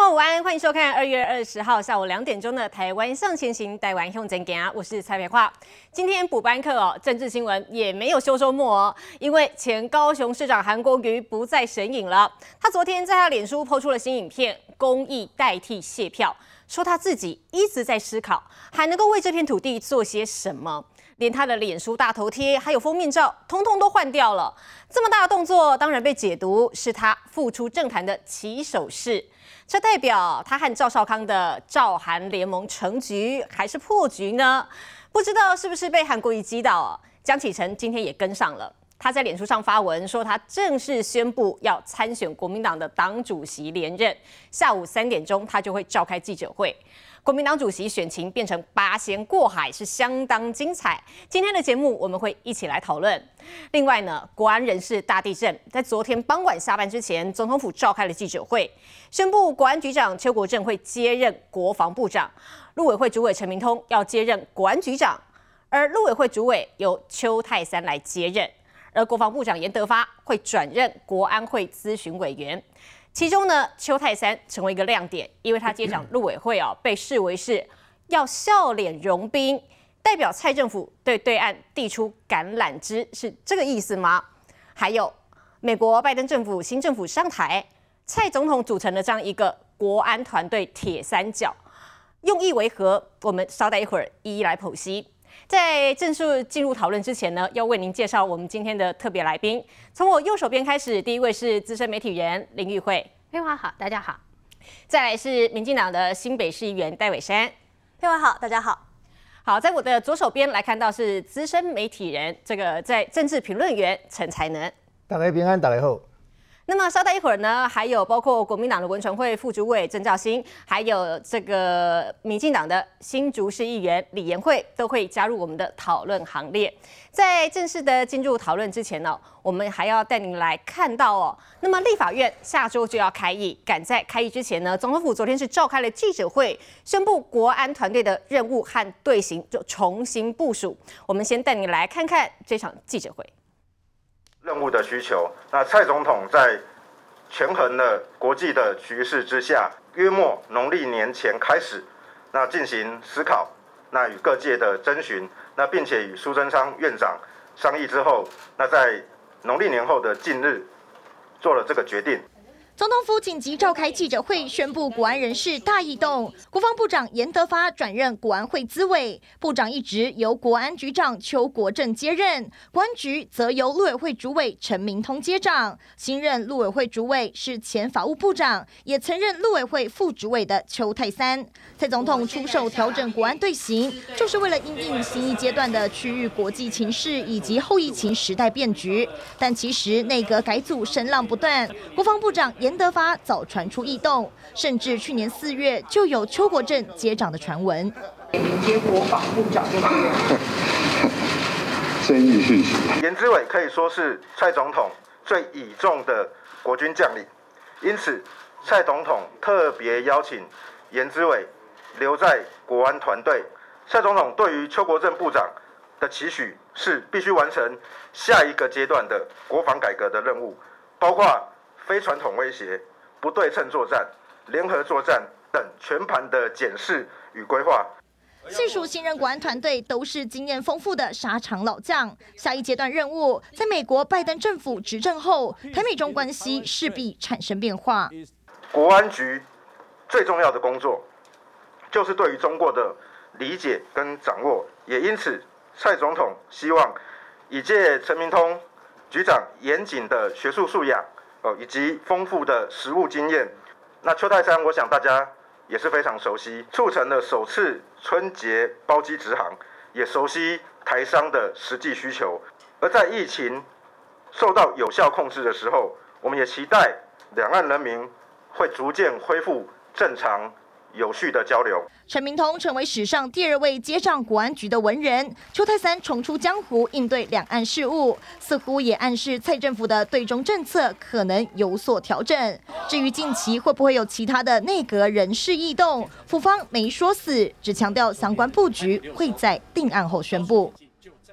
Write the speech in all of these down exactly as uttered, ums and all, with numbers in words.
朋友午安，欢迎收看二月二十号下午两点钟的台湾向前行，台湾向前行，我是蔡培化。今天补班课哦，政治新闻也没有休周末哦，因为前高雄市长韩国瑜不再神隐了。他昨天在他脸书抛出了新影片，公益代替谢票，说他自己一直在思考，还能够为这片土地做些什么。连他的脸书大头贴还有封面照，通通都换掉了。这么大的动作，当然被解读是他复出政坛的起手式。这代表他和赵少康的赵韩联盟成局还是破局呢？不知道是不是被韩国瑜击倒啊？江启臣今天也跟上了，他在脸书上发文说，他正式宣布要参选国民党的党主席连任。下午三点钟，他就会召开记者会。国民党主席选情变成八仙过海，是相当精彩。今天的节目我们会一起来讨论。另外呢，国安人事大地震，在昨天傍晚下班之前，总统府召开了记者会，宣布国安局长邱国正会接任国防部长，陆委会主委陈明通要接任国安局长，而陆委会主委由邱泰三来接任，而国防部长严德发会转任国安会咨询委员。其中呢，邱泰三成为一个亮点，因为他接掌陆委会哦，被视为是要笑脸融冰，代表蔡政府对对岸递出橄榄枝，是这个意思吗？还有，美国拜登政府新政府上台，蔡总统组成了这样一个国安团队铁三角，用意为何？我们稍待一会儿一一来剖析。在正式进入讨论之前呢，要为您介绍我们今天的特别来宾。从我右手边开始，第一位是资深媒体人林玉慧， 佩华好，大家好。 再来是民进党的新北市议员戴伟山， 佩华好，大家好。 好，在我的左手边来看到是资深媒体人，这个在政治评论员陈才能， 大家平安，大家好。 那么稍待一会儿呢，还有包括国民党的文传会副主委郑肇兴，还有这个民进党的新竹市议员李延慧都会加入我们的讨论行列。在正式的进入讨论之前呢，我们还要带您来看到哦，那么立法院下周就要开议，赶在开议之前呢，总统府昨天是召开了记者会，宣布国安团队的任务和队形就重新部署。我们先带您来看看这场记者会。 任务的需求，那蔡总统在权衡了国际的局势之下，约莫农历年前开始，那进行思考，那与各界的征询，那并且与苏贞昌院长商议之后，那在农历年后的近日做了这个决定。 总统府紧急召开记者会，宣布国安人事大异动，国防部长严德发转任国安会咨委，部长一职由国安局长邱国正接任，国安局则由陆委会主委陈明通接掌。新任陆委会主委是前法务部长，也曾任陆委会副主委的邱泰三。蔡总统出手调整国安队形，就是为了因应新一阶段的区域国际情势以及后疫情时代变局。但其实内阁改组声浪不断，国防部长严德发早传出异动，甚至去年四月就有邱国正接掌的传闻。 迎接国防部长就对了。 争议讯息，严之伟可以说是蔡总统最倚重的国军将领，因此蔡总统特别邀请严之伟留在国安团队。蔡总统对于邱国正部长的期许是必须完成下一个阶段的国防改革的任务，包括非传统威胁、不对称作战、联合作战等全盘的检视与规划。 细数新任国安团队都是经验丰富的沙场老将。下一阶段任务，在美国拜登政府执政后，台美中关系势必产生变化。 国安局最重要的工作，就是对于中国的理解跟掌握，也因此，蔡总统希望以借陈明通局长严谨的学术素养。哦，以及丰富的实务经验，那邱泰三，我想大家也是非常熟悉，促成了首次春节包机直航，也熟悉台商的实际需求。而在疫情受到有效控制的时候，我们也期待两岸人民会逐渐恢复正常有序的交流。 陈明通成为史上第二位接掌国安局的文人，邱泰三重出江湖应对两岸事务，似乎也暗示蔡政府的对中政策可能有所调整。至于近期会不会有其他的内阁人事异动，府方没说死，只强调相关布局会在定案后宣布。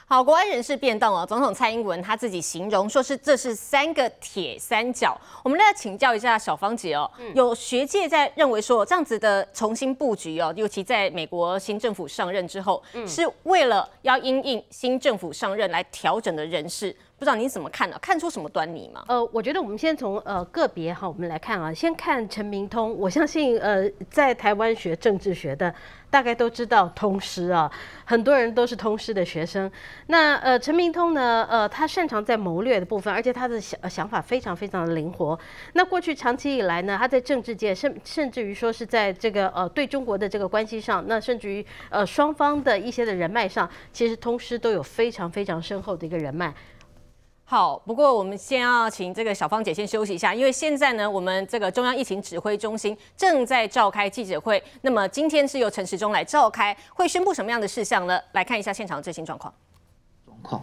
好，国安人事变动哦，总统蔡英文他自己形容说是这是三个铁三角。我们来请教一下小芳姐哦，嗯、有学界在认为说这样子的重新布局哦，尤其在美国新政府上任之后，嗯、是为了要因应新政府上任来调整的人事。不知道你怎么看呢、啊？看出什么端倪吗？ 呃，我觉得我们先从呃个别哈，我们来看啊，先看陈明通。我相信呃，在台湾学政治学的，大概都知道通识啊，很多人都是通识的学生。那呃，陈明通呢，呃，他擅长在谋略的部分，而且他的想、呃、想法非常非常的灵活。那过去长期以来呢，他在政治界甚甚至于说是在这个呃对中国的这个关系上，那甚至于呃双方的一些的人脉上，其实通识都有非常非常深厚的一个人脉。 好，不过我们先要请这个小芳姐先休息一下，因为现在呢，我们这个中央疫情指挥中心正在召开记者会。那么今天是由陈时中来召开，会宣布什么样的事项呢？来看一下现场的最新状况。 状况。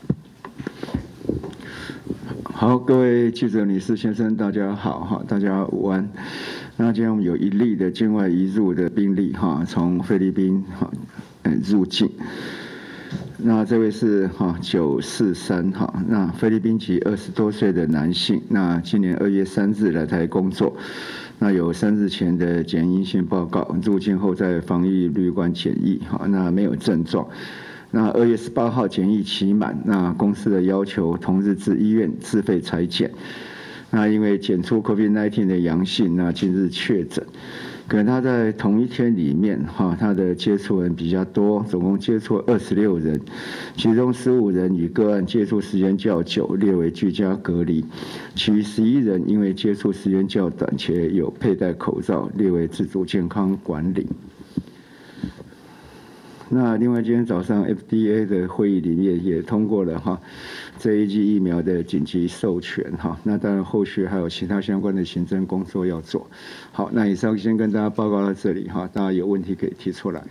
好，各位记者女士先生，大家好哈，大家午安。那今天我们有一例的境外移入的病例哈，从菲律宾哈入境。那这位是哈九四三哈，那菲律宾籍二十多岁的男性，那今年二月三日来台工作，那有三日前的检阴性报告，入境后在防疫旅馆检疫哈，那没有症状。那二月十八号检疫期满，那公司的要求同日至医院自费采检，那因为检出 COVID 十九 的阳性，那今日确诊。可能他在同一天里面，哈，他的接触人比较多，总共接触二十六人，其中十五人与个案接触时间较久，列为居家隔离；其余十一人因为接触时间较短且有佩戴口罩，列为自主健康管理。那另外，今天早上 F D A 的会议里面也通过了哈这一剂疫苗的紧急授权哈。那当然后续还有其他相关的行政工作要做。好，那以上先跟大家报告到这里哈，大家有问题可以提出来。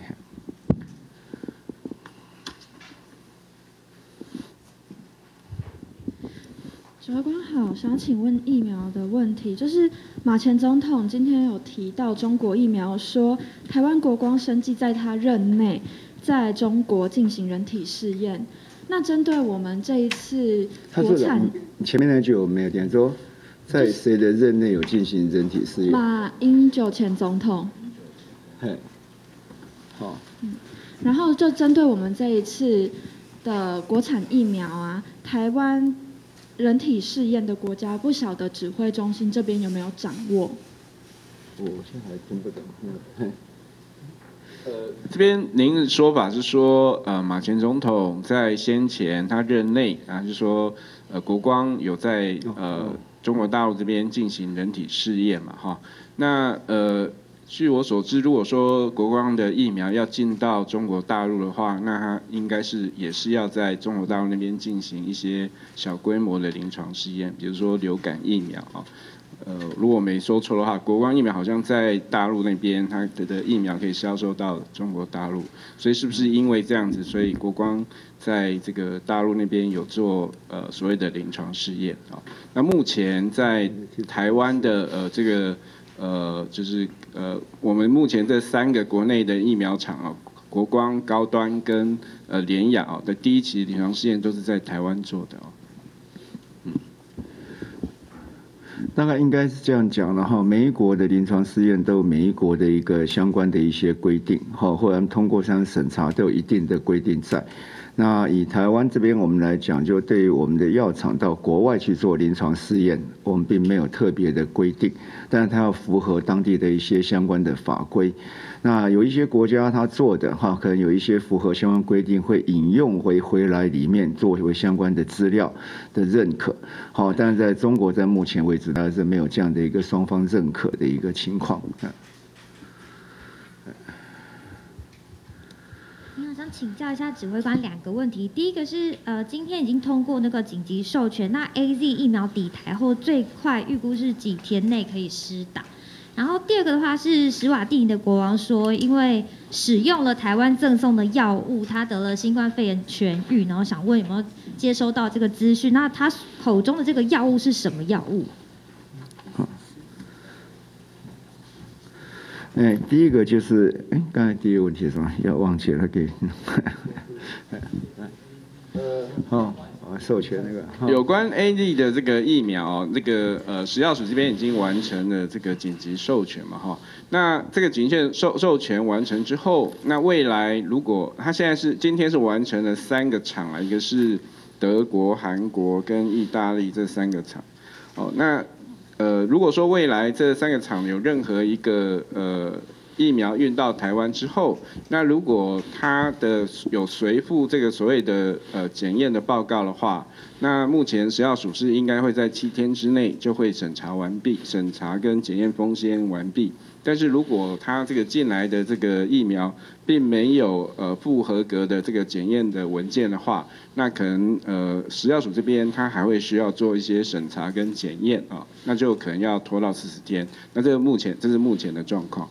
指挥官好，想请问疫苗的问题，就是马前总统今天有提到中国疫苗，说台湾国光生技在他任内在中国进行人体试验。那针对我们这一次国产， 前面那句我没有听说，在谁的任内有进行人体试验？ 马英九前总统。 嘿，好。 嗯，然后就针对我们这一次的国产疫苗啊，台湾人体试验的国家不晓得指挥中心这边有没有掌握？ 我现在还听不懂。嗯， 呃，这边您的说法是说，呃，马前总统在先前他任内啊，就说，呃，国光有在呃中国大陆这边进行人体试验嘛，哈。那呃，据我所知，如果说国光的疫苗要进到中国大陆的话，那它应该是也是要在中国大陆那边进行一些小规模的临床试验，比如说流感疫苗啊。呃，如果没说错的话，国光疫苗好像在大陆那边，它的疫苗可以销售到中国大陆，所以是不是因为这样子，所以国光在这个大陆那边有做呃所谓的临床试验啊？那目前在台湾的呃这个呃就是呃我们目前这三个国内的疫苗厂啊，国光、高端跟呃联雅啊的第一期临床试验都是在台湾做的哦。 大概应该是这样讲的哈，每一国的临床试验都有每一国的一个相关的一些规定哈，或者通过上审查都有一定的规定在。那以台湾这边我们来讲，就对于我们的药厂到国外去做临床试验，我们并没有特别的规定，但是它要符合当地的一些相关的法规。那有一些国家它做的哈，可能有一些符合相关规定，会引用回回来里面作为相关的资料的认可。好，但是在中国在目前为止，它是没有这样的一个双方认可的一个情况。 我想请教一下指挥官两个问题，第一个是呃，今天已经通过那个紧急授权，那 A Z 疫苗抵台后最快预估是几天内可以施打？然后第二个的话是史瓦蒂尼的国王说，因为使用了台湾赠送的药物，他得了新冠肺炎痊愈，然后想问有没有接收到这个资讯？那他口中的这个药物是什么药物？ 哎，第一个就是，哎，刚才第一个问题是什么？要忘记了给。 哦。授权那个有关 A Z 的这个疫苗，这个呃食药署这边已经完成了这个紧急授权嘛哈。那这个紧急授授权完成之后，那未来如果它现在是今天是完成了三个厂啊，一个是德国、韩国跟意大利这三个厂。哦，那呃如果说未来这三个厂有任何一个呃。疫苗运到台湾之后，那如果它的有随附这个所谓的呃检验的报告的话，那目前食药署是应该会在七天之内就会审查完毕，审查跟检验风险完毕。但是如果它这个进来的这个疫苗并没有呃不合格的这个检验的文件的话，那可能呃食药署这边它还会需要做一些审查跟检验啊，那就可能要拖到四十天。那这个目前这是目前的状况。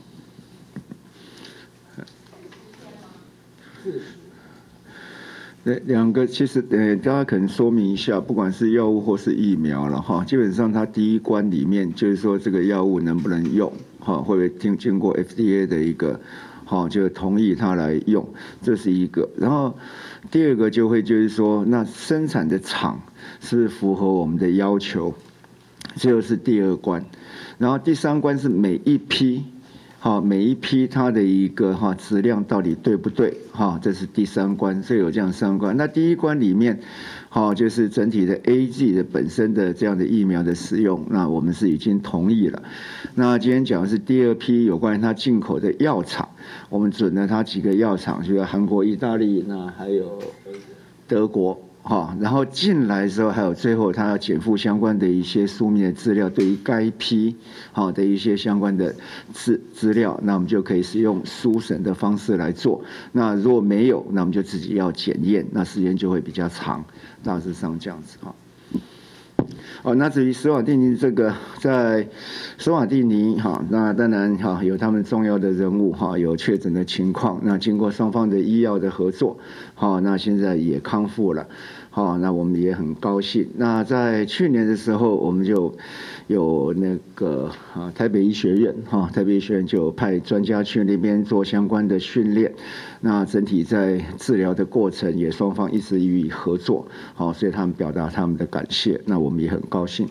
对，两个其实呃，大家可能说明一下，不管是药物或是疫苗了哈，基本上它第一关里面就是说这个药物能不能用，哈，会不会经经过 F D A 的一个，哈，就同意它来用，这是一个。然后第二个就会就是说，那生产的厂是不是符合我们的要求，这就是第二关。然后第三关是每一批。好，每一批它的一个哈质量到底对不对？哈，这是第三关，所以有这样三关。那第一关里面，好就是整体的 A Z 的本身的这样的疫苗的使用，那我们是已经同意了。那今天讲的是第二批有关于它进口的药厂，我们准了它几个药厂，就是韩国、意大利，那还有德国。好，然后进来的时候，还有最后他要减负相关的一些书面的资料，对于该批好的一些相关的资资料，那我们就可以使用书审的方式来做。那如果没有，那我们就自己要检验，那时间就会比较长，大致上这样子哈。哦，那至于史瓦蒂尼这个，在史瓦蒂尼哈，那当然哈有他们重要的人物哈，有确诊的情况，那经过双方的医药的合作，好，那现在也康复了，好，那我们也很高兴。那在去年的时候，我们就有那个啊台北医学院哈，台北医学院就派专家去那边做相关的训练，那整体在治疗的过程也双方一直予以合作，好，所以他们表达他们的感谢，那我们也很高兴。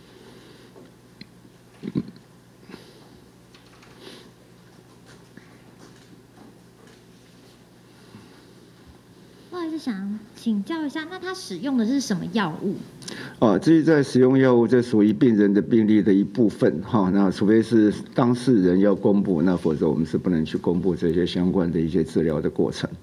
不好意思，想请教一下，那他使用的是什么药物？ 哦，至于在使用药物，这属于病人的病历的一部分哈。那除非是当事人要公布，那否则我们是不能去公布这些相关的一些治疗的过程。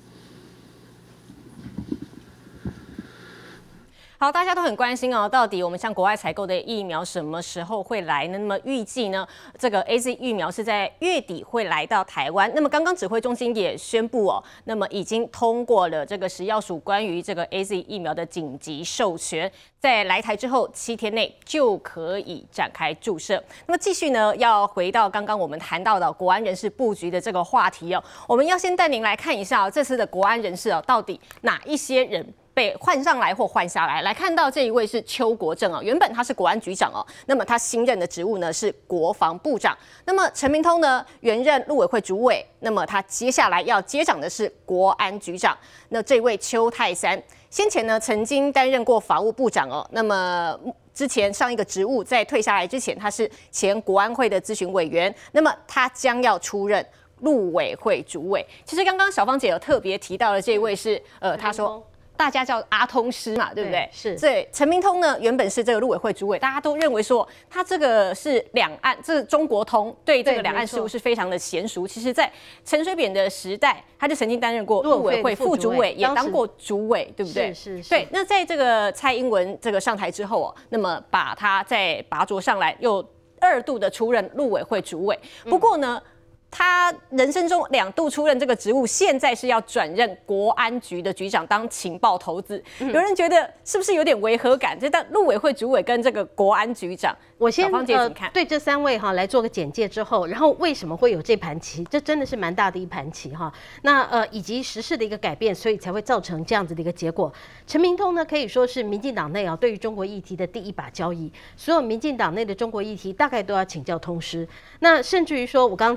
好，大家都很关心哦，到底我们向国外采购的疫苗什么时候会来呢？那么预计呢，这个 A Z 疫苗是在月底会来到台湾。那么刚刚指挥中心也宣布哦，那么已经通过了这个食药署关于这个 A Z 疫苗的紧急授权，在来台之后七天内就可以展开注射。那么继续呢，要回到刚刚我们谈到的国安人士布局的这个话题哦，我们要先带您来看一下哦，这次的国安人士哦，到底哪一些人被换上来或换下来？来看到这一位是邱国正哦，原本他是国安局长哦，那么他新任的职务呢是国防部长。那么陈明通呢原任陆委会主委，那么他接下来要接掌的是国安局长。那这位邱泰三先前呢曾经担任过法务部长哦，那么之前上一个职务在退下来之前，他是前国安会的咨询委员，那么他将要出任陆委会主委。其实刚刚小芳姐有特别提到的这一位是呃，他说。大家叫阿通师嘛，对不对？ 是。 对，陈明通呢，原本是这个陆委会主委，大家都认为说他这个是两岸，这是中国通，对这个两岸事务是非常的娴熟。其实，在陈水扁的时代，他就曾经担任过陆委会副主委，也当过主委，对不对？ 是是是。 对，那在这个蔡英文这个上台之后哦，那么把他再拔擢上来，又二度的出任陆委会主委。不过呢。嗯他人生中两度出任这个职务，现在是要转任国安局的局长，当情报头子。嗯、有人觉得是不是有点违和感？就当陆委会主委跟这个国安局长， 我先呃对这三位哈来做个简介之后，然后为什么会有这盘棋？这真的是蛮大的一盘棋哈。那呃以及时事的一个改变，所以才会造成这样子的一个结果。陈明通呢可以说是民进党内啊对于中国议题的第一把交椅，所有民进党内的中国议题大概都要请教通师。那甚至于说我刚刚讲过了。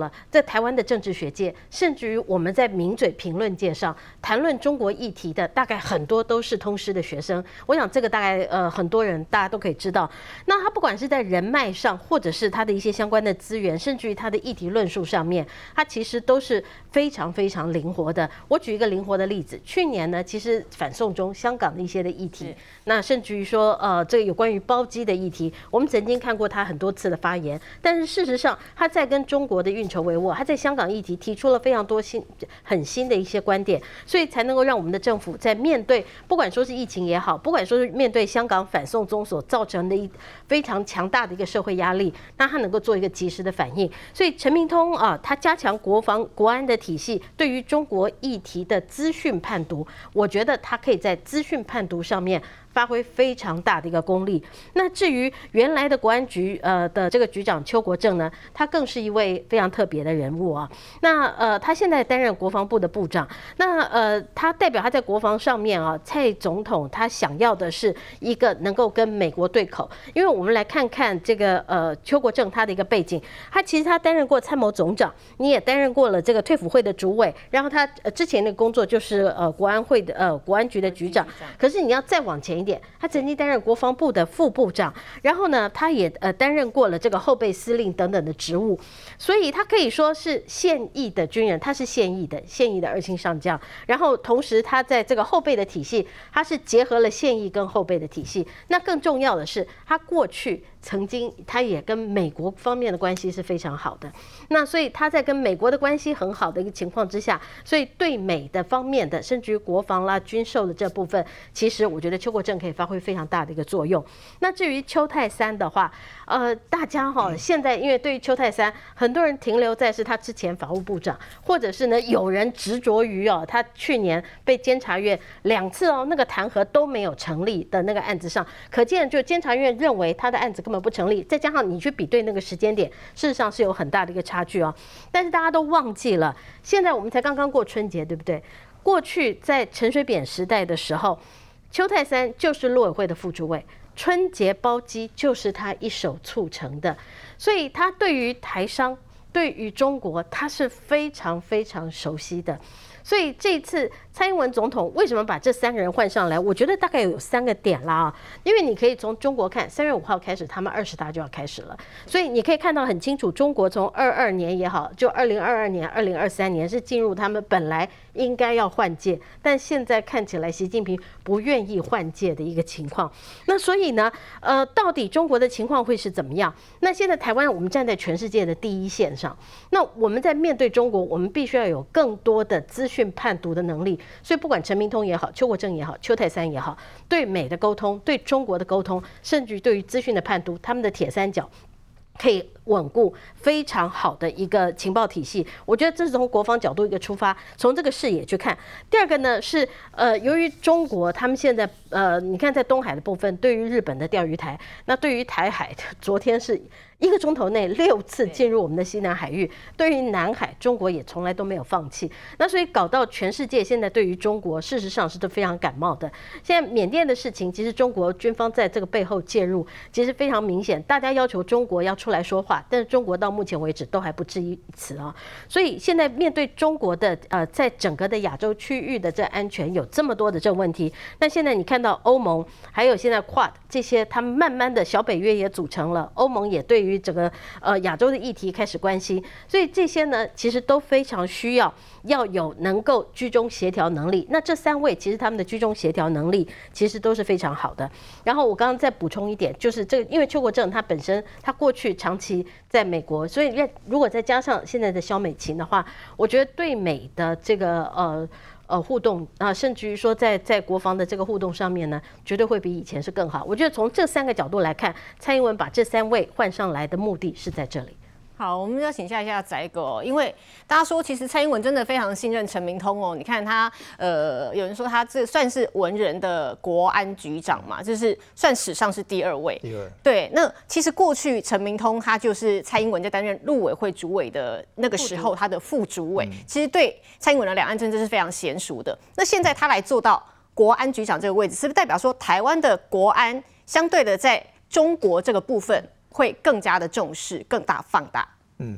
了，在台湾的政治学界，甚至于我们在名嘴评论界上谈论中国议题的，大概很多都是通识的学生。我想这个大概呃很多人大家都可以知道。那他不管是在人脉上，或者是他的一些相关的资源，甚至于他的议题论述上面，他其实都是非常非常灵活的。我举一个灵活的例子，去年呢，其实反送中香港的一些的议题，那甚至于说呃这个有关于包机的议题，我们曾经看过他很多次的发言，但是事实上他在跟中国的运筹帷幄，他在香港议题提出了非常多新很新的一些观点，所以才能够让我们的政府在面对不管说是疫情也好，不管说是面对香港反送中所造成的一非常强大的一个社会压力，那他能够做一个及时的反应。所以陈明通啊，他加强国防国安的体系，对于中国议题的资讯判读，我觉得他可以在资讯判读上面发挥非常大的一个功力。那至于原来的国安局呃的这个局长邱国正呢，他更是一位非常特别的人物啊。那呃他现在担任国防部的部长，那呃他代表他在国防上面啊，蔡总统他想要的是一个能够跟美国对口。因为我们来看看这个呃邱国正他的一个背景，他其实他担任过参谋总长，你也担任过了这个退辅会的主委，然后他呃之前的工作就是呃国安会的呃国安局的局长。可是你要再往前一点，他曾经担任国防部的副部长，然后呢，他也呃担任过了这个后备司令等等的职务，所以他可以说是现役的军人，他是现役的现役的二星上将。然后同时他在这个后备的体系，他是结合了现役跟后备的体系。那更重要的是，他过去曾经他也跟美国方面的关系是非常好的。那所以他在跟美国的关系很好的一个情况之下，所以对美的方面的，甚至于国防啦、军售的这部分，其实我觉得邱国正可以发挥非常大的一个作用。那至于邱泰三的话，呃，大家哈、哦、现在因为对于邱泰三，很多人停留在是他之前法务部长，或者是呢有人执着于哦他去年被监察院两次哦那个弹劾都没有成立的那个案子上，可见就监察院认为他的案子根本不成立，再加上你去比对那个时间点，事实上是有很大的一个差距哦。但是大家都忘记了，现在我们才刚刚过春节，对不对？过去在陈水扁时代的时候，邱泰三就是陆委会的副主委，春节包机就是他一手促成的，所以他对于台商、对于中国，他是非常非常熟悉的。所以这一次蔡英文总统为什么把这三个人换上来？我觉得大概有三个点啦啊，因为你可以从中国看，三月五号开始，他们二十大就要开始了，所以你可以看到很清楚，中国从二二年也好，就二零二二年、二零二三年是进入他们本来应该要换届，但现在看起来习近平不愿意换届的一个情况。那所以呢，呃，到底中国的情况会是怎么样？那现在台湾我们站在全世界的第一线上，那我们在面对中国，我们必须要有更多的资讯判读的能力。所以不管陈明通也好，邱国正也好，邱泰三也好，对美的沟通，对中国的沟通，甚至对于资讯的判读，他们的铁三角可以稳固非常好的一个情报体系。我觉得这是从国防角度一个出发，从这个视野去看。第二个呢是呃，由于中国他们现在呃，你看在东海的部分，对于日本的钓鱼台，那对于台海，昨天是一个钟头内六次进入我们的西南海域。对于南海，中国也从来都没有放弃。那所以搞到全世界现在对于中国，事实上是都非常感冒的。现在缅甸的事情，其实中国军方在这个背后介入，其实非常明显。大家要求中国要出来说话，但是中国到目前为止都还不至于此啊。所以现在面对中国的呃，在整个的亚洲区域的这安全有这么多的这问题，那现在你看到欧盟还有现在 Quad 这些，他们慢慢的小北约也组成了，欧盟也对于整个呃亚洲的议题开始关心，所以这些呢其实都非常需要要有能够居中协调能力。那这三位其实他们的居中协调能力其实都是非常好的。然后我刚刚再补充一点，就是这个，因为邱国正他本身他过去长期在美国，所以如果再加上现在的萧美琴的话，我觉得对美的这个呃。呃，互动啊，甚至于说在在国防的这个互动上面呢，绝对会比以前是更好。我觉得从这三个角度来看，蔡英文把这三位换上来的目的是在这里。 好，我们要请教一下宅哥哦，因为大家说其实蔡英文真的非常信任陈明通哦。你看他，呃，有人说他这算是文人的国安局长嘛，就是算史上是第二位。第二。对，那其实过去陈明通他就是蔡英文在担任陆委会主委的那个时候，他的副主委，其实对蔡英文的两岸政治是非常娴熟的。那现在他来做到国安局长这个位置，是不是代表说台湾的国安相对的在中国这个部分会更加的重视、更大放大？ 嗯，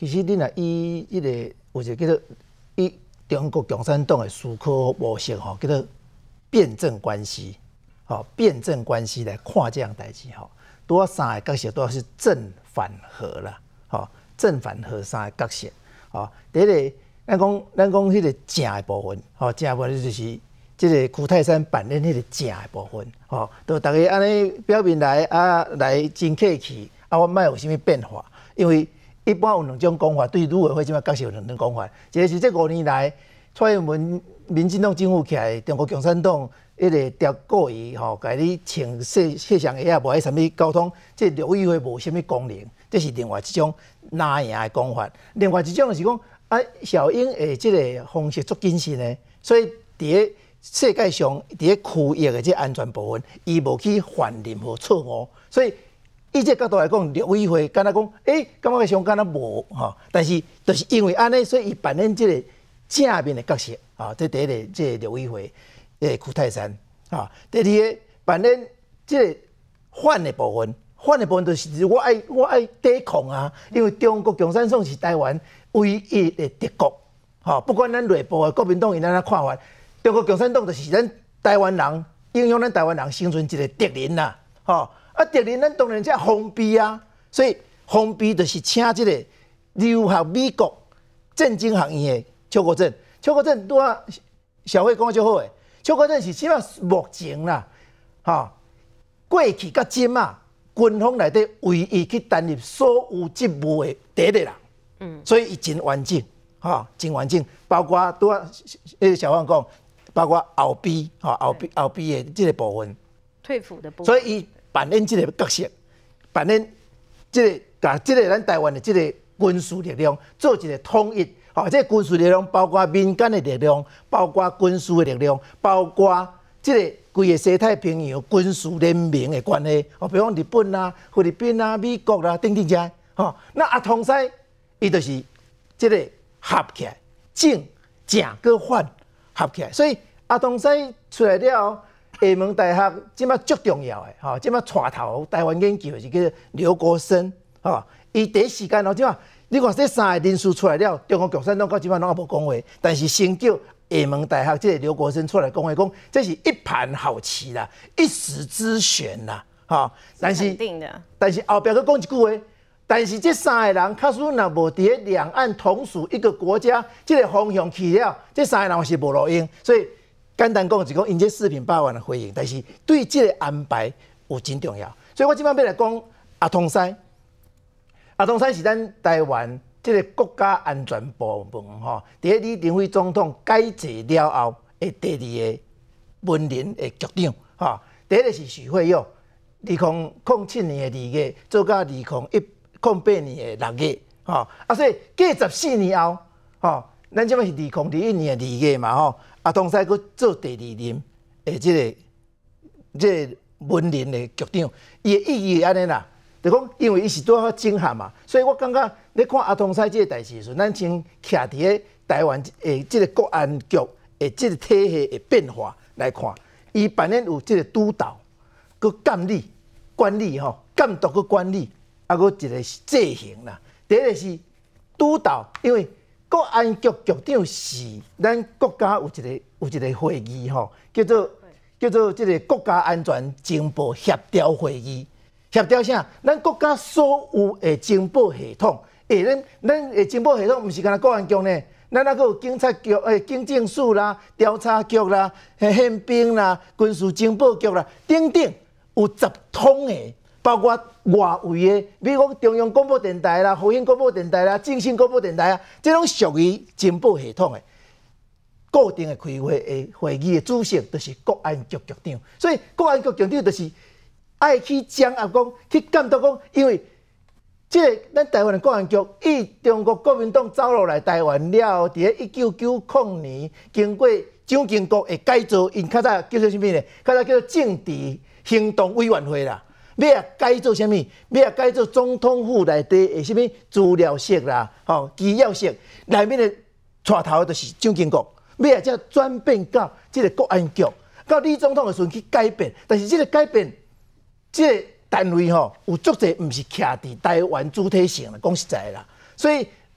其实你若以迄、那个有一个叫做以中国共产党的思考模式吼，叫做辩证关系，吼辩证关系来看这样代志吼。拄啊三个角色都是正反合啦，吼正反合三个角色，吼第一个咱讲咱讲迄个正的部分，吼正的部分就是。即个屈泰山扮演迄个正的部分，吼，都大家安尼表面来啊，来真客气，啊，我莫有啥物变化，因为一般有两种讲法，对陆委会即摆角色有两种讲法，一个是这五年来蔡英文民进党政府起来，中国共产党迄个调故意吼，甲你请摄摄像机啊，无爱啥物沟通，即陆委会无啥物功能，这是另外一种拿赢的讲法。另外一种就是讲啊，小英诶，即个方式足谨慎的，所以伫个世界上，伫咧区域的这安全部分，伊无去犯任何错误，所以以这角度来讲，陆委会敢若讲，诶、欸，感觉上敢若无吼，但是就是因为安尼，所以伊扮演这个正面的角色啊。这第一个，这陆委会诶，屈泰山啊。第二个扮演这个反的部分，反的部分就是我爱我爱抵抗啊，因为中国共产党是台湾唯一的敌国，吼、啊，不管咱内部的国民党因安怎看法。中国共产党就是咱台湾人，影响咱台湾人生存一个敌人啦，吼！啊，敌人咱当然才封闭啊，所以封闭就是请即个留学美国政经学院的邱国正，邱国正拄啊小慧讲足好诶，邱国正是起码目前啦，吼，过去甲今啊，军方内底唯一去担任所有职务的第一个人，嗯，所以伊真完整，吼，真完整，包括拄啊，迄小慧讲。包括后边吼后边后边的这个部分， 退服的部分， 所以伊扮演这个角色，扮演这个甲这个咱台湾的这个军事力量做一个统一。吼，这个军事力量包括民间的力量，包括军事的力量，包括这个规个西太平洋军事联盟的关系。哦，比如讲日本啦、菲律宾啦、美国啦等等这些。吼，那阿通西伊就是这个合起来，正正搁反。合起来，所以阿东西出来了后，厦门大学即摆足重要的，吼，即摆带头台湾研究的是叫刘国生，吼，伊第一时间哦，即摆你看这三个人士出来了，中国共产党到即摆拢也无讲话，但是先叫厦门大学这个刘国生出来讲话，讲这是一盘好棋啦，一时之选啦，吼，但是但是后壁佮讲一句话。但是这三个人，假使若无伫咧两岸同属一个国家，这个方向去了，这三个人是无路用。所以简单讲，是讲因这四平八稳的回应，但是对这个安排有真重要。所以我即摆要来讲阿通西，阿通西是咱台湾这个国家安全部门吼，伫咧李登辉总统改制了后的第二个文人的局长吼，第一个是许会友，二零零七年的二月做到二零一。零八年的六月，吼啊，所以过十四年后，吼，咱即摆是二零二一年的二月嘛，吼，阿通西佮做第二任的即个即个文人的局长，伊的意义安尼啦，就讲因为伊是拄好整合嘛，所以我感觉咧看阿通西即个代志时，咱先徛伫咧台湾诶即个国安局诶即个体系的变化来看，伊扮演有即个督导、佮监理、管理吼，监督佮管理。啊，佮一个是制衡啦。第一个是督导，因为国安局局长是咱国家有一个有一个会议吼，叫做叫做这个国家安全情报协调会议。协调啥？咱国家所有的情报系统，诶，咱咱的情报系统毋是干那国安局呢，咱还佫有警察局、诶警政署啦、调查局啦、宪兵啦、军事情报局啦，等等，有十通的。包括外围的，比如讲中央广播电台啦、福音广播电台啦、正信广播电台啊，这种属于情报系统的固定的开会的会议的主席，就是国安局局长。所以国安局局长就是爱去掌握讲，去监督讲，因为这个咱台湾的国安局，以中国国民党走落来台湾了后，伫咧一九九零年，经过蒋经国的改造，因较早叫做啥物呢？较早叫做政治行动委员会啦。要啊改做啥物？要啊改做总统府内底的啥物资料室啦，吼机要室内面的带头就是蒋经国，要啊才转变到即个国安局，到李总统的时阵去改变。但是即个改变，即、这个单位吼有足侪毋是徛伫台湾主体性啦，讲实在啦。所以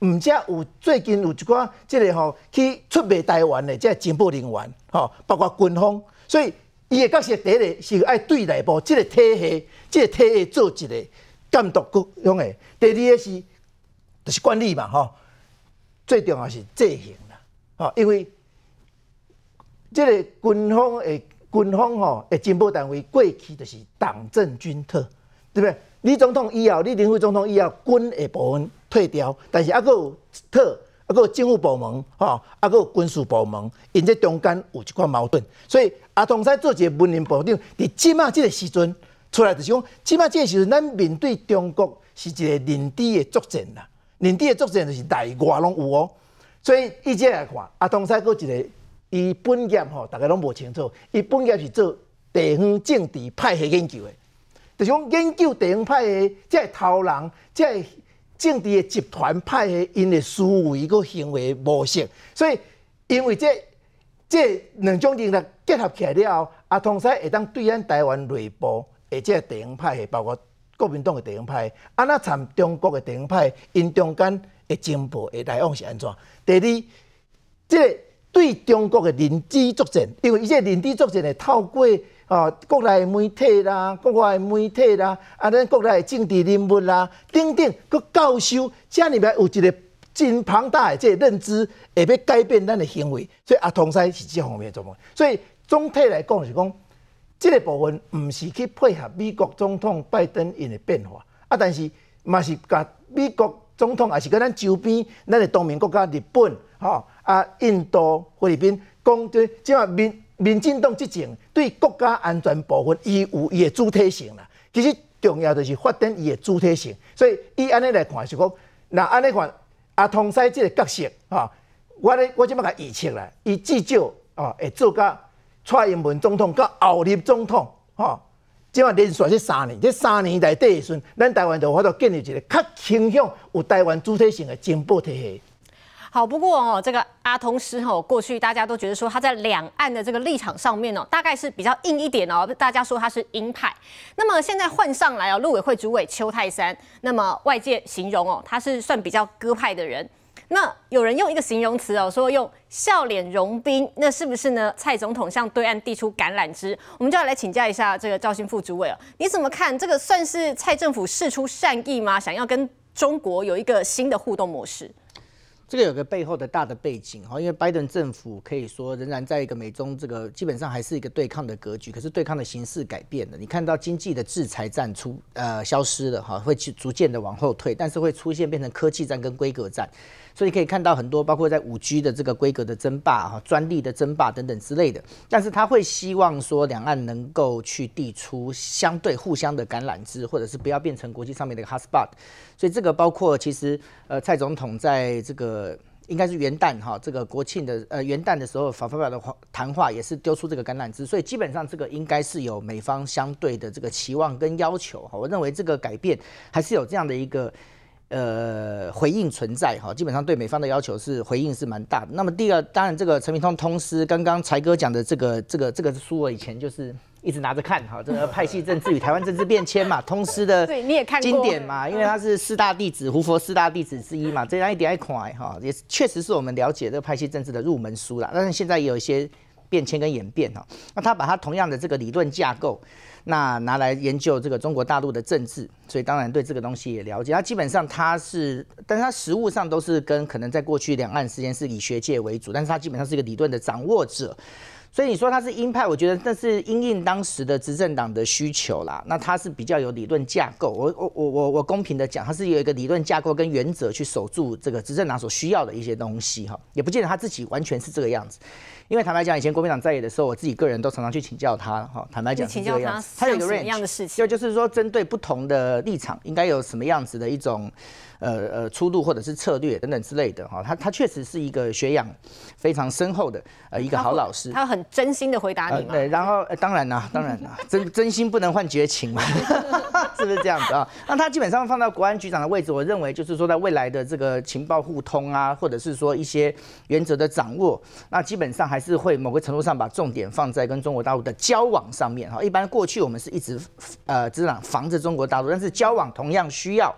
唔只有最近有一寡即个吼去出卖台湾的即个情报人员，吼，包括军方，所以伊的角色第一个是爱对内部即个体系，即个体系做一个监督局用的。第二个是就是管理嘛，吼，最重要是制衡啦，吼，因为即个军方的军方吼的情报单位过去就是党政军特，对不对？李总统以后，李林辉总统以后，军的部分退掉，但是还佫有特，还佫有政府部门，吼，还佫有军事部门，因这中间有一寡矛盾，所以阿通西做一个文人部长，伫即马即个时阵出来就是讲，即马即个时阵，咱面对中国是一个认知的作战啦，认知的作战就是内外拢有哦，所以以这来看，阿通西佫一个，伊本业吼，大家拢无清楚，伊本业是做地方政治派系研究的。就是讲研究地方派的，即个头人，即个政治的集团派的，因的思维个行为模式，所以因为这这两种能力结合起来了后，阿通西会当对咱台湾内部的即个地方派的，包括国民党的地方派，安那参中国的地方派，因中间的情报的来往是安怎？第二，即个对中国的认知作战，因为伊这认知作战会透过。哦，国内的媒体啦，国外的媒体啦，啊，咱国内的政治人物啦，等等，佮教授，这里面有一个真庞大的这个认知，会要改变咱的行为。所以阿通西是这方面的作用。所以总体来讲就是讲，这个部分唔是去配合美国总统拜登因的变化，啊，但是嘛是甲美国总统，也是跟咱周边咱的同盟国家日本、吼、哦、啊印度、菲律宾讲对，即话民。民进党执政对国家安全部分，伊有伊的主体性啦。其实重要就是发展伊的主体性。所以以安尼来看是讲，那安尼看阿通西这个角色哈，我咧我即摆甲预测啦，伊至少哦会做甲蔡英文总统甲后任总统哈，即摆连续这三年，这三年内底时阵，咱台湾就有法度建立一个较倾向有台湾主体性的情报体系。 好，不过哦，这个阿通师哦，过去大家都觉得说他在两岸的这个立场上面哦，大概是比较硬一点哦，大家说他是鹰派。那么现在换上来哦，陆委会主委邱泰三，那么外界形容哦，他是算比较鸽派的人。那有人用一个形容词哦，说用笑脸融冰，那是不是呢？蔡总统向对岸递出橄榄枝，我们就要来请教一下这个赵新副主委哦，你怎么看这个算是蔡政府释出善意吗？想要跟中国有一个新的互动模式？ 这个有个背后的大的背景哈，因为拜登政府可以说仍然在一个美中这个基本上还是一个对抗的格局，可是对抗的形式改变了。你看到经济的制裁战出呃消失了哈，会去逐渐的往后退，但是会出现变成科技战跟规格战。所以可以看到很多，包括在五 G 的这个规格的争霸、哈专利的争霸等等之类的。但是他会希望说，两岸能够去递出相对互相的橄榄枝，或者是不要变成国际上面的一个 hotspot。所以这个包括其实呃蔡总统在这个应该是元旦哈这个国庆的呃元旦的时候发表的谈话也是丢出这个橄榄枝。所以基本上这个应该是有美方相对的这个期望跟要求哈。我认为这个改变还是有这样的一个。呃，回应存在哈，基本上对美方的要求是回应是蛮大的。那么第二，当然这个陈明通通师，刚刚才哥讲的这个这个这个书，我以前就是一直拿着看哈，这个派系政治与台湾政治变迁嘛，通师的经典嘛，因为他是四大弟子，胡佛四大弟子之一嘛，这样一点爱看哈，也确实是我们了解这个派系政治的入门书啦。但是现在也有一些变迁跟演变哈，那他把他同样的这个理论架构。那拿来研究这个中国大陆的政治，所以当然对这个东西也了解。他基本上他是，但是他实务上都是跟可能在过去两岸之间是以学界为主，但是他基本上是一个理论的掌握者。所以你说他是鹰派，我觉得那是因应当时的执政党的需求啦。那他是比较有理论架构，我我我我我公平的讲，他是有一个理论架构跟原则去守住这个执政党所需要的一些东西哈，也不见得他自己完全是这个样子。因为坦白讲，以前国民党在野的时候，我自己个人都常常去请教他哈。坦白讲是这个样子，他有一个 range， 就就是说针对不同的立场，应该有什么样子的一种呃呃出路或者是策略等等之类的哈。他他确实是一个学养非常深厚的呃一个好老师。 他很真心的回答你嘛？ 呃、对，然后、呃、当然啦，当然啦，真真心不能换绝情嘛，是不是这样子啊？那他基本上放到国安局长的位置，我认为就是说在未来的这个情报互通啊，或者是说一些原则的掌握，那基本上还是会某个程度上把重点放在跟中国大陆的交往上面哈。一般过去我们是一直呃执政党防着中国大陆，但是交往同样需要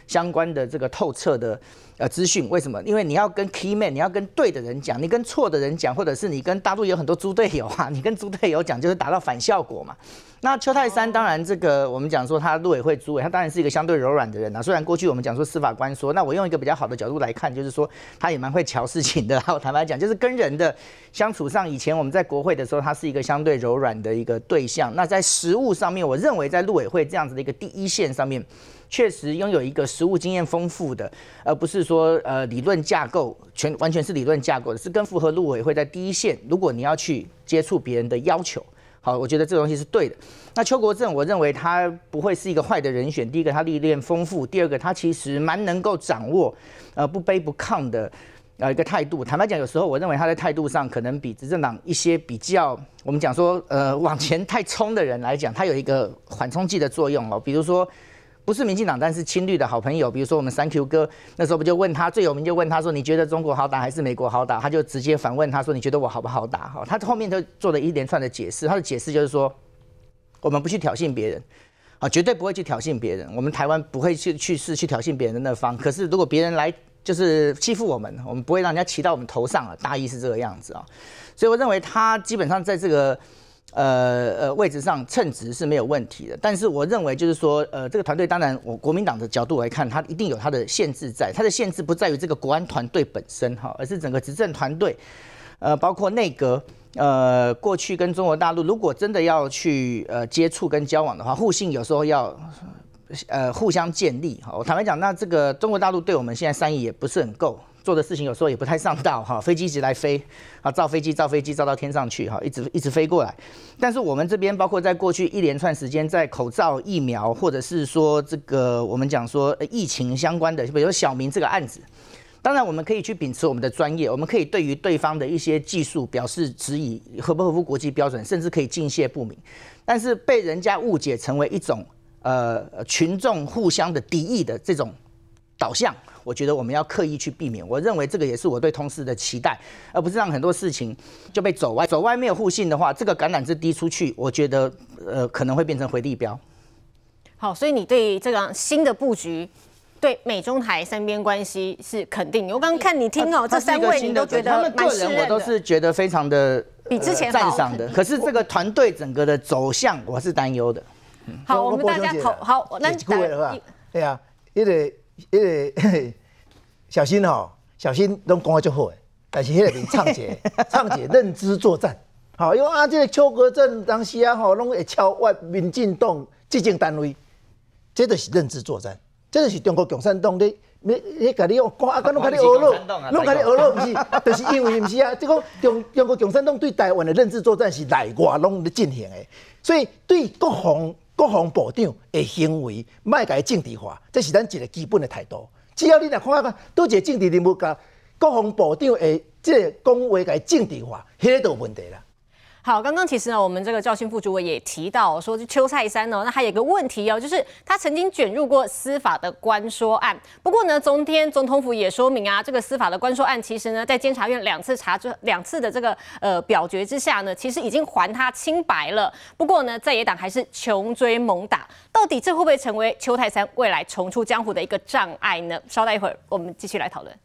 相关的这个透彻的呃资讯。为什么？因为你要跟 key man， 你要跟对的人讲，你跟错的人讲，或者是你跟大陆有很多猪队友啊，你跟猪队友讲就是达到反效果嘛。那邱泰山当然这个我们讲说他陆委会主委，他当然是一个相对柔软的人啊。虽然过去我们讲说司法官说，那我用一个比较好的角度来看，就是说他也蛮会瞧事情的。然后坦白讲，就是跟人的相处上，以前我们在国会的时候，他是一个相对柔软的一个对象。那在实务上面，我认为在陆委会这样子的一个第一线上面，确实拥有一个实务经验丰富的，而不是说呃理论架构全完全是理论架构的，是更符合陆委会在第一线。如果你要去接触别人的要求。好，我觉得这个东西是对的。那邱国正，我认为他不会是一个坏的人选。第一个，他历练丰富；第二个，他其实蛮能够掌握，呃，不卑不亢的，呃，一个态度。坦白讲，有时候我认为他在态度上可能比执政党一些比较，我们讲说，呃，往前太冲的人来讲，他有一个缓冲剂的作用哦。比如说，不是民进党，但是亲绿的好朋友，比如说我们三 Q 哥，那时候不就问他最有名，就问他说，你觉得中国好打还是美国好打？他就直接反问他说，你觉得我好不好打？哈，他后面就做了一连串的解释，他的解释就是说，我们不去挑衅别人，啊，绝对不会去挑衅别人，我们台湾不会去去是去挑衅别人的那方。可是如果别人来就是欺负我们，我们不会让人家骑到我们头上了，大意是这个样子啊。所以我认为他基本上在这个。呃呃，位置上称职是没有问题的，但是我认为就是说，呃，这个团队当然，我国民党的角度来看，它一定有它的限制在，它的限制不在于这个国安团队本身哈，而是整个执政团队，呃，包括内阁，呃，过去跟中国大陆如果真的要去呃接触跟交往的话，互信有时候要。呃，互相建立哈。我坦白讲，那这个中国大陆对我们现在善意也不是很够，做的事情有时候也不太上道哈。飞机一直来飞，啊，造飞机造飞机造到天上去哈，一直一直飞过来。但是我们这边包括在过去一连串时间，在口罩、疫苗，或者是说这个我们讲说疫情相关的，比如说小明这个案子。当然，我们可以去秉持我们的专业，我们可以对于对方的一些技术表示质疑，合不合乎国际标准，甚至可以敬谢不敏。但是被人家误解成为一种。呃，群众互相的敌意的这种导向，我觉得我们要刻意去避免。我认为这个也是我对同事的期待，而不是让很多事情就被走歪。走歪没有互信的话，这个橄榄枝滴出去，我觉得呃可能会变成回力镖。 好，所以你对这个新的布局，对美中台三边关系是肯定。我刚刚看你听哦，这三位你都觉得他们个人我都是觉得非常的比之前赞赏的，可是这个团队整个的走向，我是担忧的。 好，我们大家投好， 咱打对啊，迄个迄个小新吼，小新拢讲得足好诶，但是迄个面唱者唱者认知作战，好，因为啊，这个邱国正当时啊吼，拢会超越民进党执政单位，这就是认知作战，这就是中国共产党咧。你你甲你讲啊，敢拢甲你学了，拢甲你学了，不是，就是因为不是啊，即讲中中国共产党对台湾的认知作战是内外拢咧进行的，所以对国防。国防部长的行为，莫甲伊政治化，这是咱一个基本的态度。只要你若看看，倒一个政治人物甲国防部长的这个讲话甲伊政治化，迄个就有问题啦。 好，刚刚其实呢，我们这个教训副主委也提到说，邱泰山呢，那还有一个问题哦，就是他曾经卷入过司法的关说案。不过呢，昨天总统府也说明啊，这个司法的关说案其实呢，在监察院两次查两次的这个呃表决之下呢，其实已经还他清白了。不过呢，在野党还是穷追猛打，到底这会不会成为邱泰山未来重出江湖的一个障碍呢？稍待一会儿，我们继续来讨论。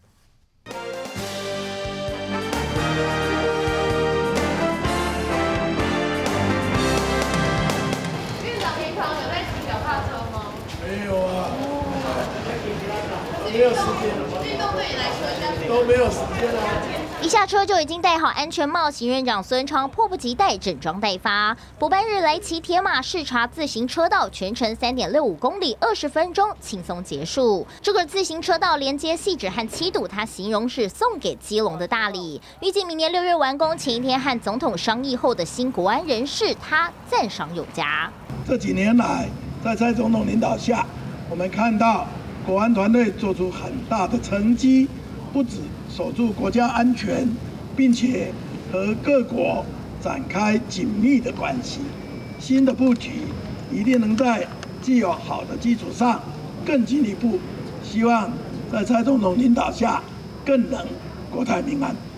没有时间，运动对你来说应该都没有时间啊。 一下车就已经戴好安全帽，行院长孙昌迫不及待整装待发。补班日来骑铁马视察自行车道，全程三点六五公里，二十分钟轻松结束。这个自行车道连接汐止和七堵，他形容是送给基隆的大礼。预计明年六月完工，前一天和总统商议后的新国安人士，他赞赏有加。 这几年来，在蔡总统领导下，我们看到。国安团队做出很大的成绩，不止守住国家安全，并且和各国展开紧密的关系。新的布局一定能在既有好的基础上更进一步，希望在蔡总统领导下更能国泰民安。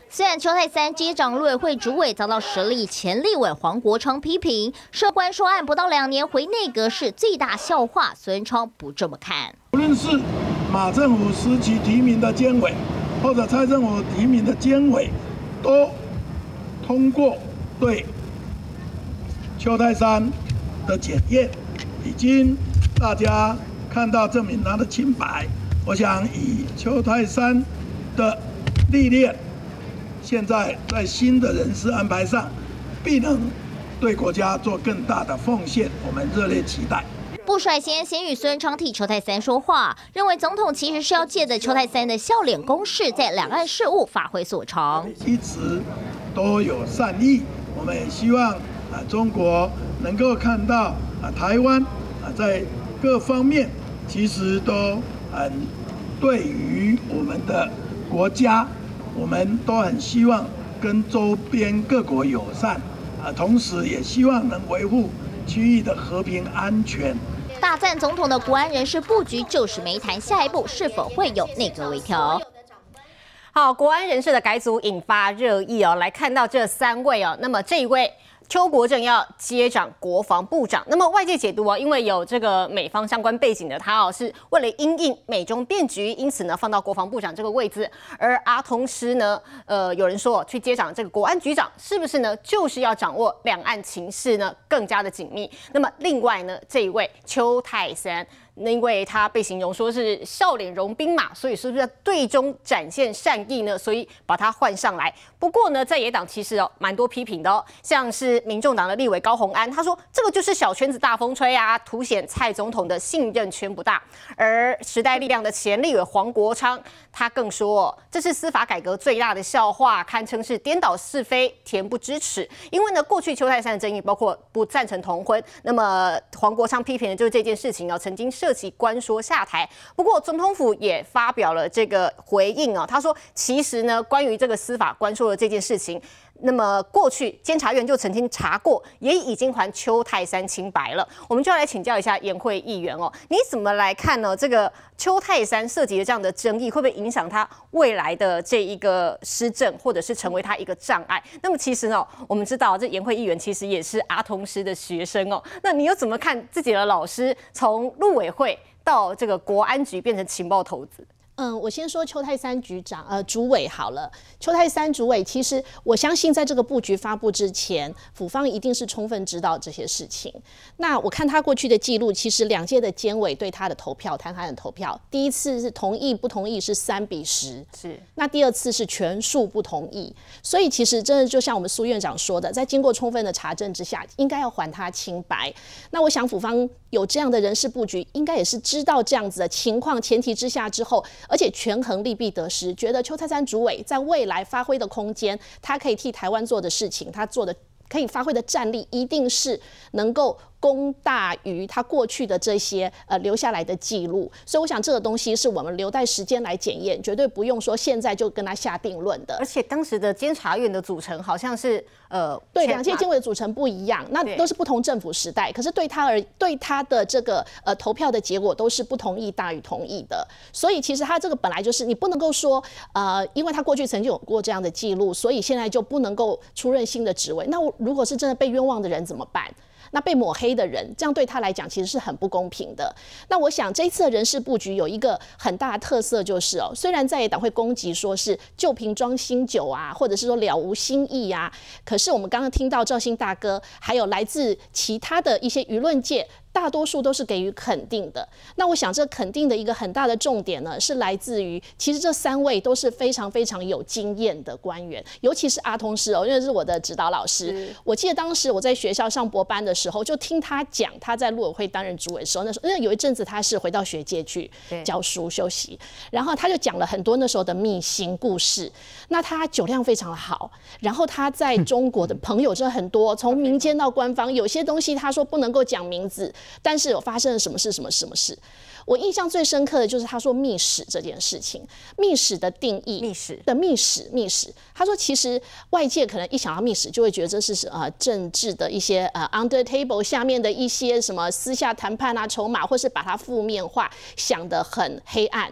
虽然邱泰三接掌陆委会主委，遭到时力前立委黄国昌批评，涉官说案不到两年回内阁是最大笑话。孙昌不这么看。 无论是马政府时期提名的监委，或者蔡政府提名的监委，都通过对邱泰三的检验，已经大家看到证明他的清白。我想以邱泰三的历练，现在在新的人事安排上，必能对国家做更大的奉献，我们热烈期待。 不率先先与孙昌替邱泰三说话，认为总统其实是要借着邱泰三的笑脸攻势，在两岸事务发挥所长。 一直都有善意，我们也希望啊中国能够看到啊台湾啊在各方面其实都很对于我们的国家，我们都很希望跟周边各国友善啊，同时也希望能维护区域的和平安全。 大赞总统的国安人事布局就是没谈下一步是否会有内阁微调。 好，国安人事的改组引发热议哦。来看到这三位哦，那么这一位邱国正要接掌国防部长，那么外界解读哦，因为有这个美方相关背景的他哦，是为了因应美中变局，因此呢放到国防部长这个位置。而阿通师呢，呃，有人说去接掌这个国安局长，是不是呢就是要掌握两岸情势呢更加的紧密？那么另外呢，这一位邱泰三。因为他被形容说是笑脸容兵嘛，所以是不是要对中展现善意呢？所以把他换上来。不过呢，在野党其实哦蛮多批评的哦，像是民众党的立委高虹安，他说这个就是小圈子大风吹啊，凸显蔡总统的信任圈不大。而时代力量的前立委黄国昌，他更说、哦、这是司法改革最大的笑话，堪称是颠倒是非，恬不知耻。因为呢，过去邱泰三的争议包括不赞成同婚，那么黄国昌批评的就是这件事情哦，曾经涉及关说下台。不过总统府也发表了这个回应哦，他说其实呢，关于这个司法关说的这件事情，那么过去监察院就曾经查过，也已经还邱泰三清白了。我们就要来请教一下颜慧议员哦，你怎么来看呢？这个邱泰三涉及的这样的争议，会不会影响他未来的这一个施政，或者是成为他一个障碍？那么其实呢，我们知道这颜慧议员其实也是阿通师的学生哦，那你又怎么看自己的老师从陆委会到这个国安局变成情报头子？ 嗯，我先说邱泰三局长，呃，主委好了。邱泰三主委，其实我相信在这个布局发布之前，府方一定是充分知道这些事情。那我看他过去的记录，其实两届的监委对他的投票，弹劾的投票，第一次是同意不同意是三比十， 是。 那第二次是全数不同意，所以其实真的就像我们苏院长说的，在经过充分的查证之下，应该要还他清白。那我想府方有这样的人事布局，应该也是知道这样子的情况前提之下之后。而且权衡利弊得失，觉得邱泰三主委在未来发挥的空间，他可以替台湾做的事情，他做的可以发挥的战力，一定是能够功大于他过去的这些呃留下来的记录。所以我想这个东西是我们留待时间来检验，绝对不用说现在就跟他下定论的。 而且当时的监察院的组成好像是呃对两届监委的组成不一样，那都是不同政府时代，可是对他而对他的这个呃投票的结果都是不同意大于同意的。所以其实他这个本来就是你不能够说呃因为他过去曾经有过这样的记录，所以现在就不能够出任新的职位。那如果是真的被冤枉的人怎么办？那被抹黑的人，这样对他来讲其实是很不公平的。那我想这一次的人事布局有一个很大的特色，就是哦，虽然在野党会攻击说是旧瓶装新酒啊，或者是说了无新意啊，可是我们刚刚听到兆兴大哥，还有来自其他的一些舆论界。大多数都是给予肯定的。那我想这肯定的一个很大的重点呢，是来自于其实这三位都是非常非常有经验的官员，尤其是阿通师哦，因为是我的指导老师。我记得当时我在学校上博班的时候，就听他讲他在陆委会担任主委的时候，那时候因为有一阵子他是回到学界去教书休息，然后他就讲了很多那时候的秘辛故事。那他酒量非常好，然后他在中国的朋友真的很多，从民间到官方，有些东西他说不能够讲名字。但是有发生了什么事？什么什么事？我印象最深刻的就是他说密史这件事情。密史的定义， 密史的密史，密史。他说，其实外界可能一想到密史，就会觉得这是呃政治的一些呃 under table 下面的一些什么私下谈判啊、筹码，或是把它负面化，想得很黑暗。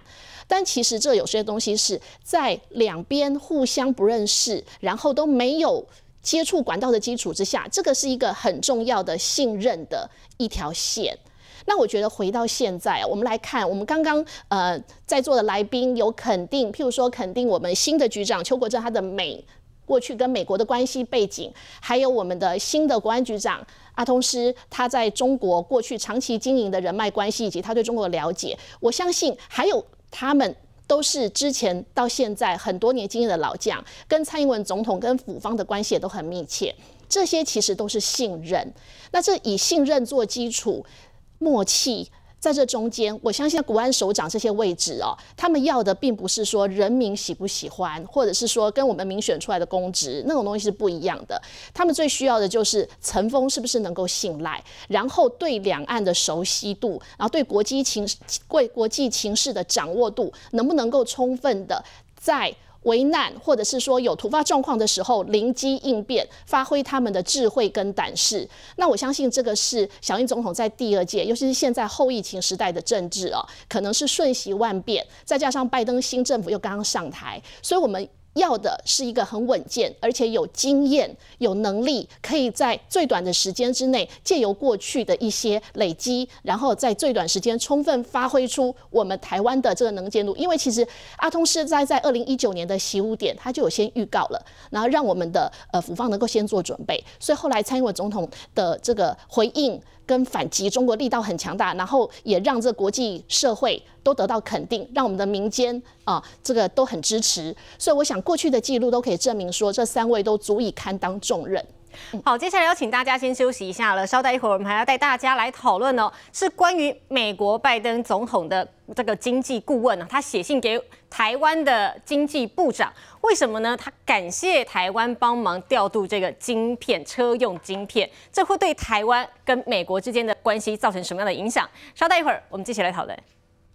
但其实这有些东西是在两边互相不认识，然后都没有接触管道的基础之下，这个是一个很重要的信任的一条线。那我觉得回到现在啊，我们来看，我们刚刚呃在座的来宾有肯定，譬如说肯定我们新的局长邱国正他的美过去跟美国的关系背景，还有我们的新的国安局长阿通师他在中国过去长期经营的人脉关系以及他对中国的了解，我相信还有他们都是之前到现在很多年经验的老将，跟蔡英文总统跟府方的关系也都很密切，这些其实都是信任。那这以信任做基础，默契。在这中间，我相信国安首长这些位置哦，他们要的并不是说人民喜不喜欢，或者是说跟我们民选出来的公职那种东西是不一样的。他们最需要的就是层峰是不是能够信赖，然后对两岸的熟悉度，然后对国际情对国际情势的掌握度，能不能够充分的在危难或者是说有突发状况的时候灵机应变，发挥他们的智慧跟胆识。那我相信这个是小英总统在第二届，尤其是现在后疫情时代的政治哦，可能是瞬息万变，再加上拜登新政府又刚刚上台，所以我们要的是一个很稳健，而且有经验、有能力，可以在最短的时间之内，借由过去的一些累积，然后在最短时间充分发挥出我们台湾的这个能见度。因为其实阿通师在在二零一九年的习五点，他就有先预告了，然后让我们的呃府方能够先做准备。所以后来蔡英文总统的这个回应跟反击中国力道很强大，然后也让这国际社会都得到肯定，让我们的民间啊这个都很支持。所以我想过去的记录都可以证明说，这三位都足以堪当重任。 好，接下来要请大家先休息一下了，稍待一会儿我们还要带大家来讨论哦，是关于美国拜登总统的这个经济顾问呢，他写信给台湾的经济部长，为什么呢？他感谢台湾帮忙调度这个晶片，车用晶片，这会对台湾跟美国之间的关系造成什么样的影响？稍待一会儿，我们继续来讨论。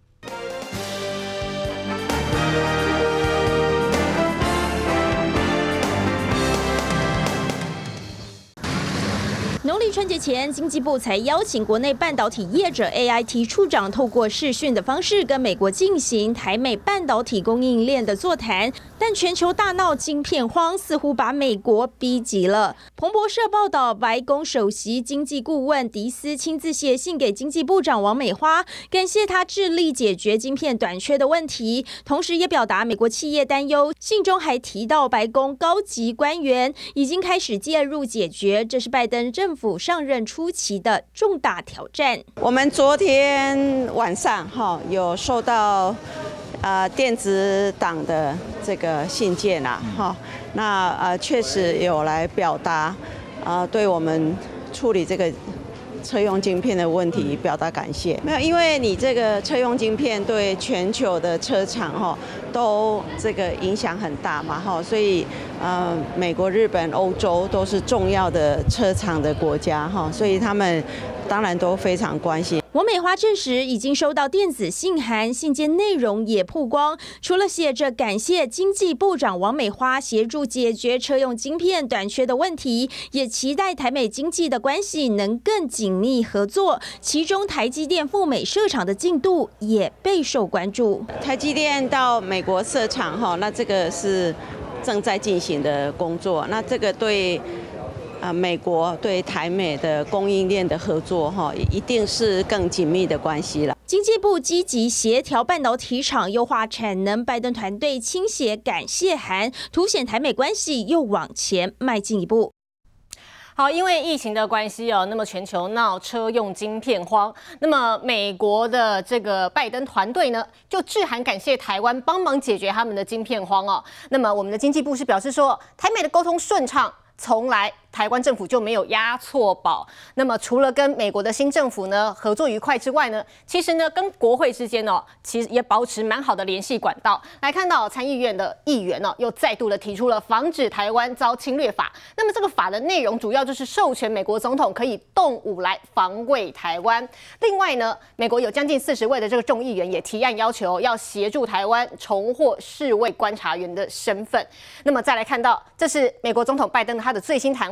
农历春节前，经济部才邀请国内半导体业者 A I T 处长透过视讯的方式跟美国进行台美半导体供应链的座谈，但全球大闹晶片荒，似乎把美国逼急了。彭博社报道，白宫首席经济顾问迪斯亲自写信给经济部长王美花，感谢他致力解决晶片短缺的问题，同时也表达美国企业担忧。信中还提到，白宫高级官员已经开始介入解决，这是拜登政府府上任初期的重大挑战。 我们昨天晚上哈有收到呃电子档的这个信件啊哈，那呃确实有来表达呃对我们处理这个车用晶片的问题表达感谢。没有，因为你这个车用晶片对全球的车厂哈都这个影响很大嘛哈，所以呃美国、日本、欧洲都是重要的车厂的国家哈，所以他们当然都非常关心。 王美花证实已经收到电子信函，信件内容也曝光，除了写着感谢经济部长王美花协助解决车用晶片短缺的问题，也期待台美经济的关系能更紧密合作。其中台积电赴美设厂的进度也备受关注。 台积电到美国设厂哈，那这个是正在进行的工作，那这个对啊，美国对台美的供应链的合作，哈，一定是更紧密的关系了。 经济部积极协调半导体厂优化产能，拜登团队亲写感谢函，凸显台美关系又往前迈进一步。 好，因为疫情的关系哦，那么全球闹车用晶片荒，那么美国的这个拜登团队呢，就致函感谢台湾帮忙解决他们的晶片荒哦。那么我们的经济部是表示说，台美的沟通顺畅，从来台湾政府就没有押错宝。那么除了跟美国的新政府呢合作愉快之外呢，其实呢跟国会之间哦，其实也保持蛮好的联系管道。来看到参议院的议员哦，又再度的提出了防止台湾遭侵略法。那么这个法的内容主要就是授权美国总统可以动武来防卫台湾。另外呢，美国有将近四十位的这个众议员也提案要求要协助台湾重获世卫观察员的身份。那么再来看到，这是美国总统拜登他的最新谈话。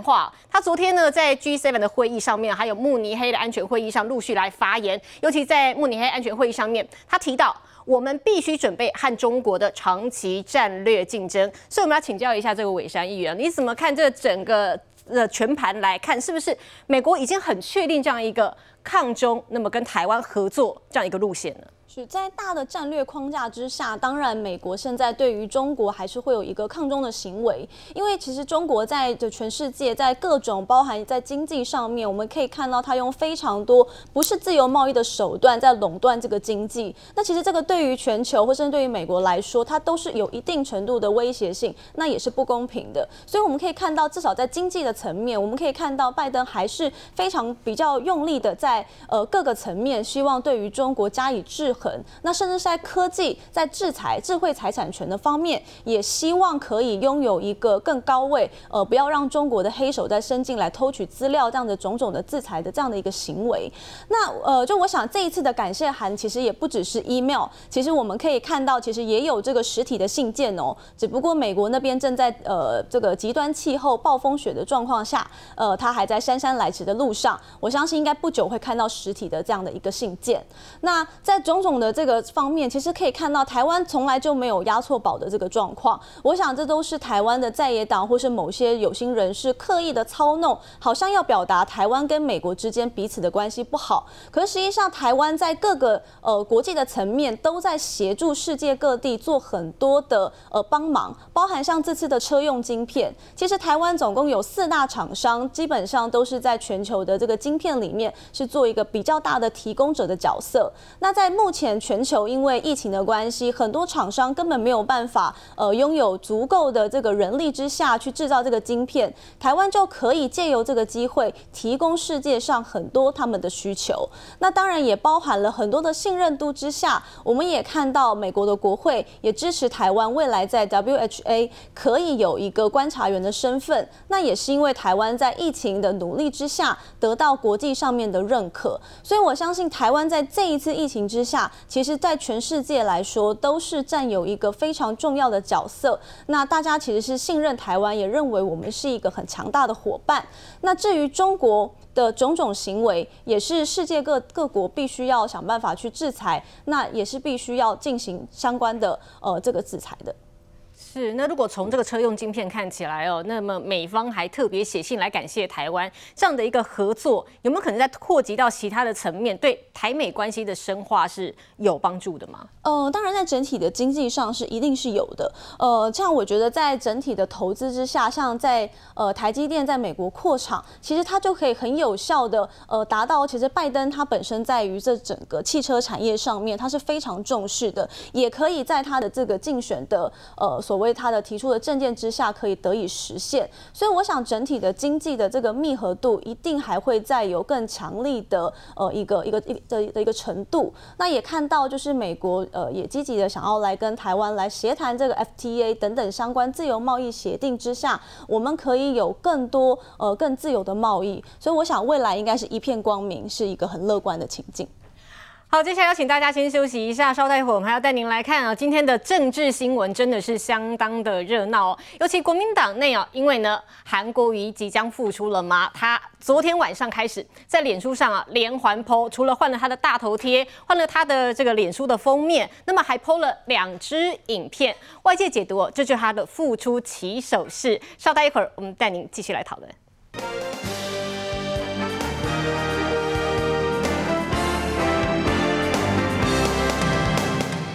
话。他昨天呢，在 G 七 的会议上面，还有慕尼黑的安全会议上陆续来发言。尤其在慕尼黑安全会议上面，他提到我们必须准备和中国的长期战略竞争。所以我们要请教一下这个暐姗议员，你怎么看这整个呃全盘来看，是不是美国已经很确定这样一个抗中，那么跟台湾合作这样一个路线呢？ 是在大的战略框架之下，当然美国现在对于中国还是会有一个抗中的行为，因为其实中国在的全世界，在各种包含在经济上面，我们可以看到它用非常多不是自由贸易的手段在垄断这个经济。那其实这个对于全球或甚至对于美国来说，它都是有一定程度的威胁性，那也是不公平的。所以我们可以看到，至少在经济的层面，我们可以看到拜登还是非常比较用力的在呃各个层面，希望对于中国加以制衡。那甚至是在科技、在制裁、智慧财产权的方面，也希望可以拥有一个更高位，呃，不要让中国的黑手再伸进来偷取资料，这样的种种的制裁的这样的一个行为。那呃，就我想这一次的感谢函其实也不只是 email， 其实我们可以看到，其实也有这个实体的信件哦。只不过美国那边正在呃这个极端气候、暴风雪的状况下，呃，他还在姗姗来迟的路上。我相信应该不久会看到实体的这样的一个信件。那在种种的这个方面，其实可以看到台湾从来就没有押错宝的这个状况。我想这都是台湾的在野党或是某些有心人士刻意的操弄，好像要表达台湾跟美国之间彼此的关系不好。可是实际上，台湾在各个呃国际的层面都在协助世界各地做很多的呃帮忙，包含像这次的车用晶片。其实台湾总共有四大厂商，基本上都是在全球的这个晶片里面是做一个比较大的提供者的角色。那在目前全球因为疫情的关系，很多厂商根本没有办法呃拥有足够的这个人力之下去制造这个晶片，台湾就可以借由这个机会提供世界上很多他们的需求。那当然也包含了很多的信任度之下，我们也看到美国的国会也支持台湾未来在 W H A 可以有一个观察员的身份，那也是因为台湾在疫情的努力之下得到国际上面的认可。所以我相信台湾在这一次疫情之下，其实在全世界来说都是占有一个非常重要的角色。那大家其实是信任台湾，也认为我们是一个很强大的伙伴。那至于中国的种种行为，也是世界各各国必须要想办法去制裁，那也是必须要进行相关的呃这个制裁的。 是，那如果从这个车用晶片看起来哦，那么美方还特别写信来感谢台湾这样的一个合作，有没有可能在扩及到其他的层面，对台美关系的深化是有帮助的吗？ 呃，当然在整体的经济上是一定是有的。呃，像我觉得在整体的投资之下，像在呃台积电在美国扩厂，其实它就可以很有效的呃达到，其实拜登他本身在于这整个汽车产业上面，他是非常重视的，也可以在他的这个竞选的呃所为他的提出的政见之下可以得以实现。所以我想整体的经济的这个密合度一定还会再有更强力的呃一个一个一的的一个程度。那也看到就是美国呃也积极的想要来跟台湾来协谈这个 F T A 等等相关自由贸易协定之下，我们可以有更多呃更自由的贸易。所以我想未来应该是一片光明，是一个很乐观的情境。 好，接下来要请大家先休息一下，稍待一会儿我们还要带您来看啊，今天的政治新闻真的是相当的热闹哦。尤其国民党内啊，因为呢韩国瑜即将复出了嘛，他昨天晚上开始在脸书上啊连环 po， 除了换了他的大头贴，换了他的这个脸书的封面，那么还 po 了两支影片，外界解读哦，这就是他的复出起手式。稍待一会儿，我们带您继续来讨论。